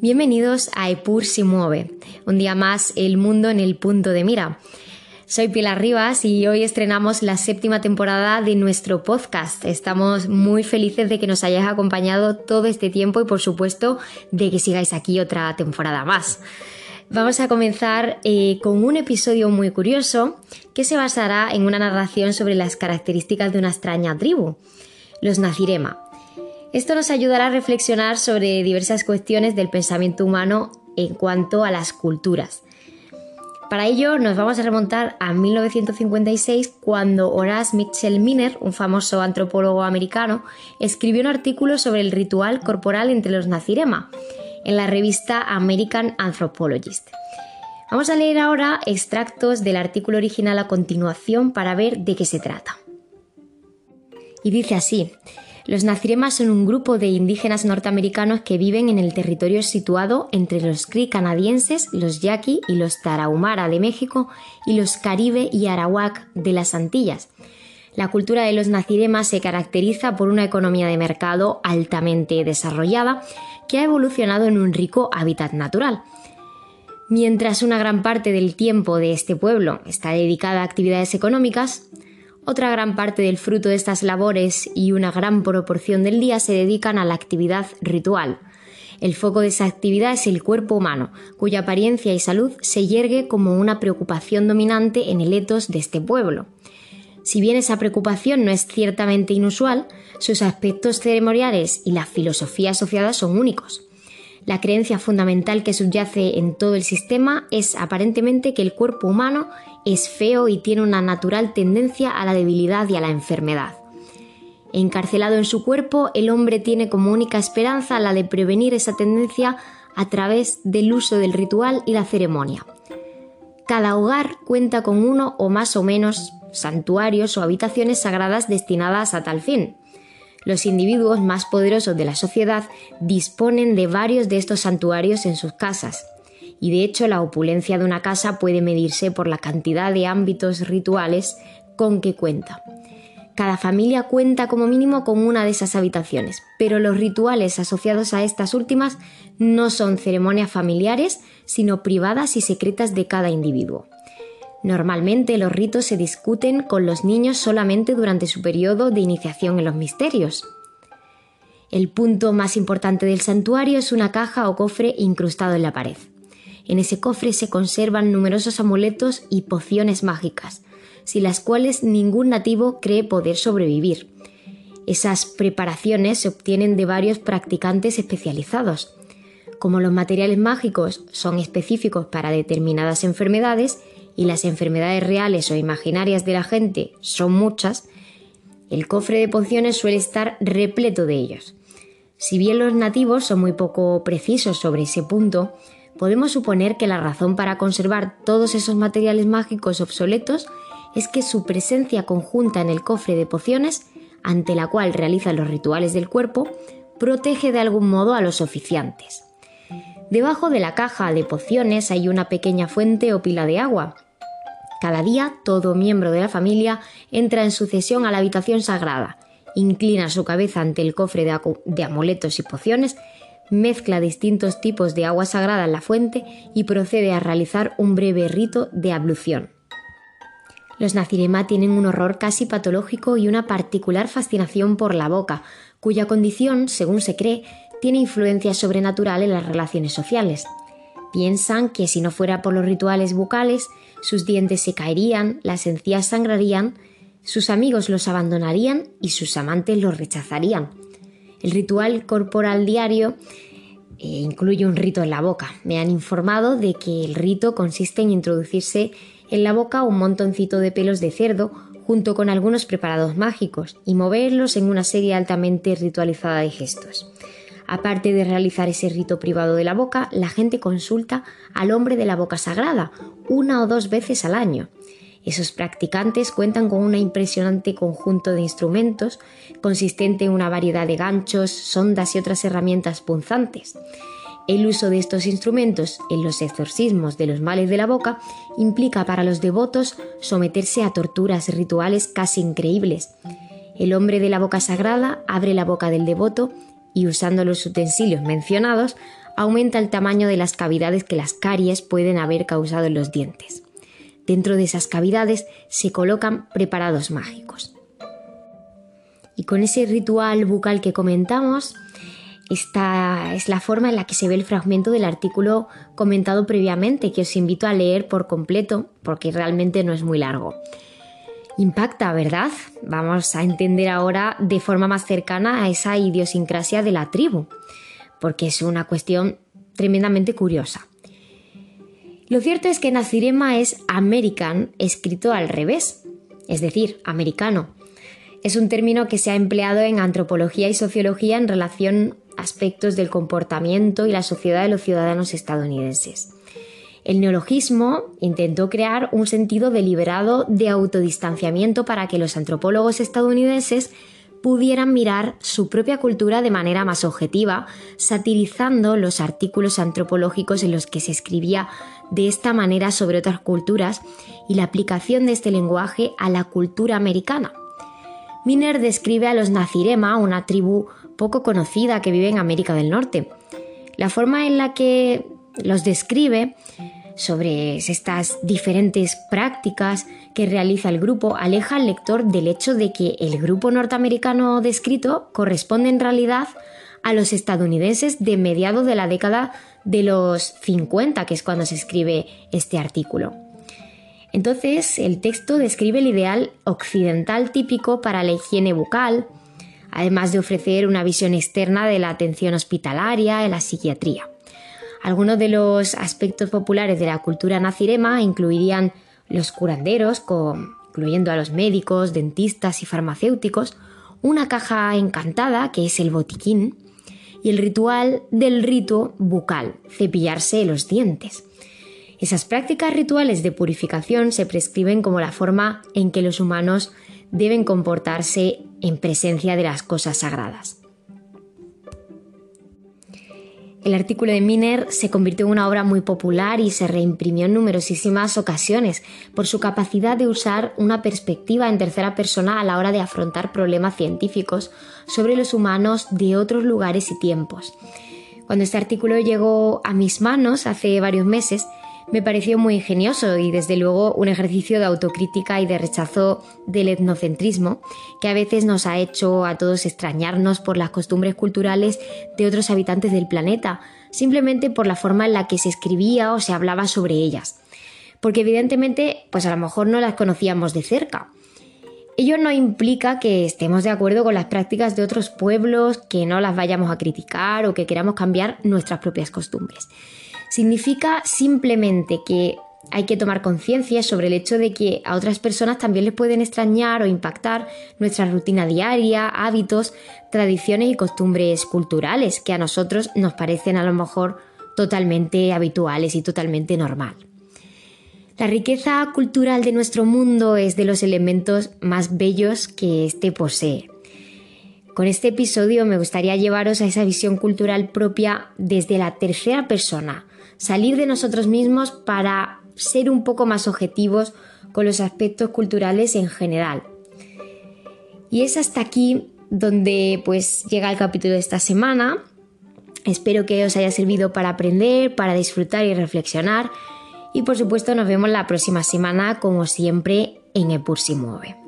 Bienvenidos a Epur se mueve, un día más el mundo en el punto de mira. Soy Pilar Rivas y hoy estrenamos la 7ª temporada de nuestro podcast. Estamos muy felices de que nos hayáis acompañado todo este tiempo y por supuesto de que sigáis aquí otra temporada más. Vamos a comenzar con un episodio muy curioso que se basará en una narración sobre las características de una extraña tribu, los Nazirema. Esto nos ayudará a reflexionar sobre diversas cuestiones del pensamiento humano en cuanto a las culturas. Para ello nos vamos a remontar a 1956 cuando Horace Mitchell Miner, un famoso antropólogo americano, escribió un artículo sobre el ritual corporal entre los Nazirema en la revista American Anthropologist. Vamos a leer ahora extractos del artículo original a continuación para ver de qué se trata. Y dice así: los Nazirema son un grupo de indígenas norteamericanos que viven en el territorio situado entre los Cree canadienses, los Yaqui y los Tarahumara de México y los Caribe y Arawak de las Antillas. La cultura de los Nazirema se caracteriza por una economía de mercado altamente desarrollada que ha evolucionado en un rico hábitat natural. Mientras una gran parte del tiempo de este pueblo está dedicada a actividades económicas, otra gran parte del fruto de estas labores y una gran proporción del día se dedican a la actividad ritual. El foco de esa actividad es el cuerpo humano, cuya apariencia y salud se yergue como una preocupación dominante en el etos de este pueblo. Si bien esa preocupación no es ciertamente inusual, sus aspectos ceremoniales y la filosofía asociada son únicos. La creencia fundamental que subyace en todo el sistema es aparentemente que el cuerpo humano es feo y tiene una natural tendencia a la debilidad y a la enfermedad. Encarcelado en su cuerpo, el hombre tiene como única esperanza la de prevenir esa tendencia a través del uso del ritual y la ceremonia. Cada hogar cuenta con uno o más o menos santuarios o habitaciones sagradas destinadas a tal fin. Los individuos más poderosos de la sociedad disponen de varios de estos santuarios en sus casas, y de hecho la opulencia de una casa puede medirse por la cantidad de ámbitos rituales con que cuenta. Cada familia cuenta como mínimo con una de esas habitaciones, pero los rituales asociados a estas últimas no son ceremonias familiares, sino privadas y secretas de cada individuo. Normalmente los ritos se discuten con los niños solamente durante su periodo de iniciación en los misterios. El punto más importante del santuario es una caja o cofre incrustado en la pared. En ese cofre se conservan numerosos amuletos y pociones mágicas, sin las cuales ningún nativo cree poder sobrevivir. Esas preparaciones se obtienen de varios practicantes especializados. Como los materiales mágicos son específicos para determinadas enfermedades, y las enfermedades reales o imaginarias de la gente son muchas, el cofre de pociones suele estar repleto de ellos. Si bien los nativos son muy poco precisos sobre ese punto, podemos suponer que la razón para conservar todos esos materiales mágicos obsoletos es que su presencia conjunta en el cofre de pociones, ante la cual realizan los rituales del cuerpo, protege de algún modo a los oficiantes. Debajo de la caja de pociones hay una pequeña fuente o pila de agua. Cada día, todo miembro de la familia entra en sucesión a la habitación sagrada, inclina su cabeza ante el cofre de amuletos y pociones, mezcla distintos tipos de agua sagrada en la fuente y procede a realizar un breve rito de ablución. Los Nazirema tienen un horror casi patológico y una particular fascinación por la boca, cuya condición, según se cree, tiene influencia sobrenatural en las relaciones sociales. Piensan que si no fuera por los rituales bucales, sus dientes se caerían, las encías sangrarían, sus amigos los abandonarían y sus amantes los rechazarían. El ritual corporal diario incluye un rito en la boca. Me han informado de que el rito consiste en introducirse en la boca un montoncito de pelos de cerdo junto con algunos preparados mágicos y moverlos en una serie altamente ritualizada de gestos. Aparte de realizar ese rito privado de la boca, la gente consulta al hombre de la boca sagrada 1 o 2 veces al año. Esos practicantes cuentan con un impresionante conjunto de instrumentos consistente en una variedad de ganchos, sondas y otras herramientas punzantes. El uso de estos instrumentos en los exorcismos de los males de la boca implica para los devotos someterse a torturas rituales casi increíbles. El hombre de la boca sagrada abre la boca del devoto y, usando los utensilios mencionados, aumenta el tamaño de las cavidades que las caries pueden haber causado en los dientes. Dentro de esas cavidades se colocan preparados mágicos. Y con ese ritual bucal que comentamos, esta es la forma en la que se ve el fragmento del artículo comentado previamente, que os invito a leer por completo porque realmente no es muy largo. Impacta, ¿verdad? Vamos a entender ahora de forma más cercana a esa idiosincrasia de la tribu, porque es una cuestión tremendamente curiosa. Lo cierto es que Nacirema es American escrito al revés, es decir, americano. Es un término que se ha empleado en antropología y sociología en relación a aspectos del comportamiento y la sociedad de los ciudadanos estadounidenses. El neologismo intentó crear un sentido deliberado de autodistanciamiento para que los antropólogos estadounidenses pudieran mirar su propia cultura de manera más objetiva, satirizando los artículos antropológicos en los que se escribía de esta manera sobre otras culturas y la aplicación de este lenguaje a la cultura americana. Miner describe a los Nacirema, una tribu poco conocida que vive en América del Norte. La forma en la que los describe sobre estas diferentes prácticas que realiza el grupo aleja al lector del hecho de que el grupo norteamericano descrito corresponde en realidad a los estadounidenses de mediados de la década de los 50, que es cuando se escribe este artículo. Entonces, el texto describe el ideal occidental típico para la higiene bucal, además de ofrecer una visión externa de la atención hospitalaria y la psiquiatría. Algunos de los aspectos populares de la cultura nacirema incluirían los curanderos, incluyendo a los médicos, dentistas y farmacéuticos, una caja encantada, que es el botiquín, y el ritual del rito bucal, cepillarse los dientes. Esas prácticas rituales de purificación se prescriben como la forma en que los humanos deben comportarse en presencia de las cosas sagradas. El artículo de Miner se convirtió en una obra muy popular y se reimprimió en numerosísimas ocasiones por su capacidad de usar una perspectiva en tercera persona a la hora de afrontar problemas científicos sobre los humanos de otros lugares y tiempos. Cuando este artículo llegó a mis manos hace varios meses, me pareció muy ingenioso y desde luego un ejercicio de autocrítica y de rechazo del etnocentrismo que a veces nos ha hecho a todos extrañarnos por las costumbres culturales de otros habitantes del planeta, simplemente por la forma en la que se escribía o se hablaba sobre ellas. Porque evidentemente, pues a lo mejor no las conocíamos de cerca. Ello no implica que estemos de acuerdo con las prácticas de otros pueblos, que no las vayamos a criticar o que queramos cambiar nuestras propias costumbres. Significa simplemente que hay que tomar conciencia sobre el hecho de que a otras personas también les pueden extrañar o impactar nuestra rutina diaria, hábitos, tradiciones y costumbres culturales que a nosotros nos parecen a lo mejor totalmente habituales y totalmente normal. La riqueza cultural de nuestro mundo es de los elementos más bellos que éste posee. Con este episodio me gustaría llevaros a esa visión cultural propia desde la tercera persona, salir de nosotros mismos para ser un poco más objetivos con los aspectos culturales en general. Y es hasta aquí donde pues llega el capítulo de esta semana. Espero que os haya servido para aprender, para disfrutar y reflexionar. Y por supuesto nos vemos la próxima semana, como siempre, en Epur si mueve.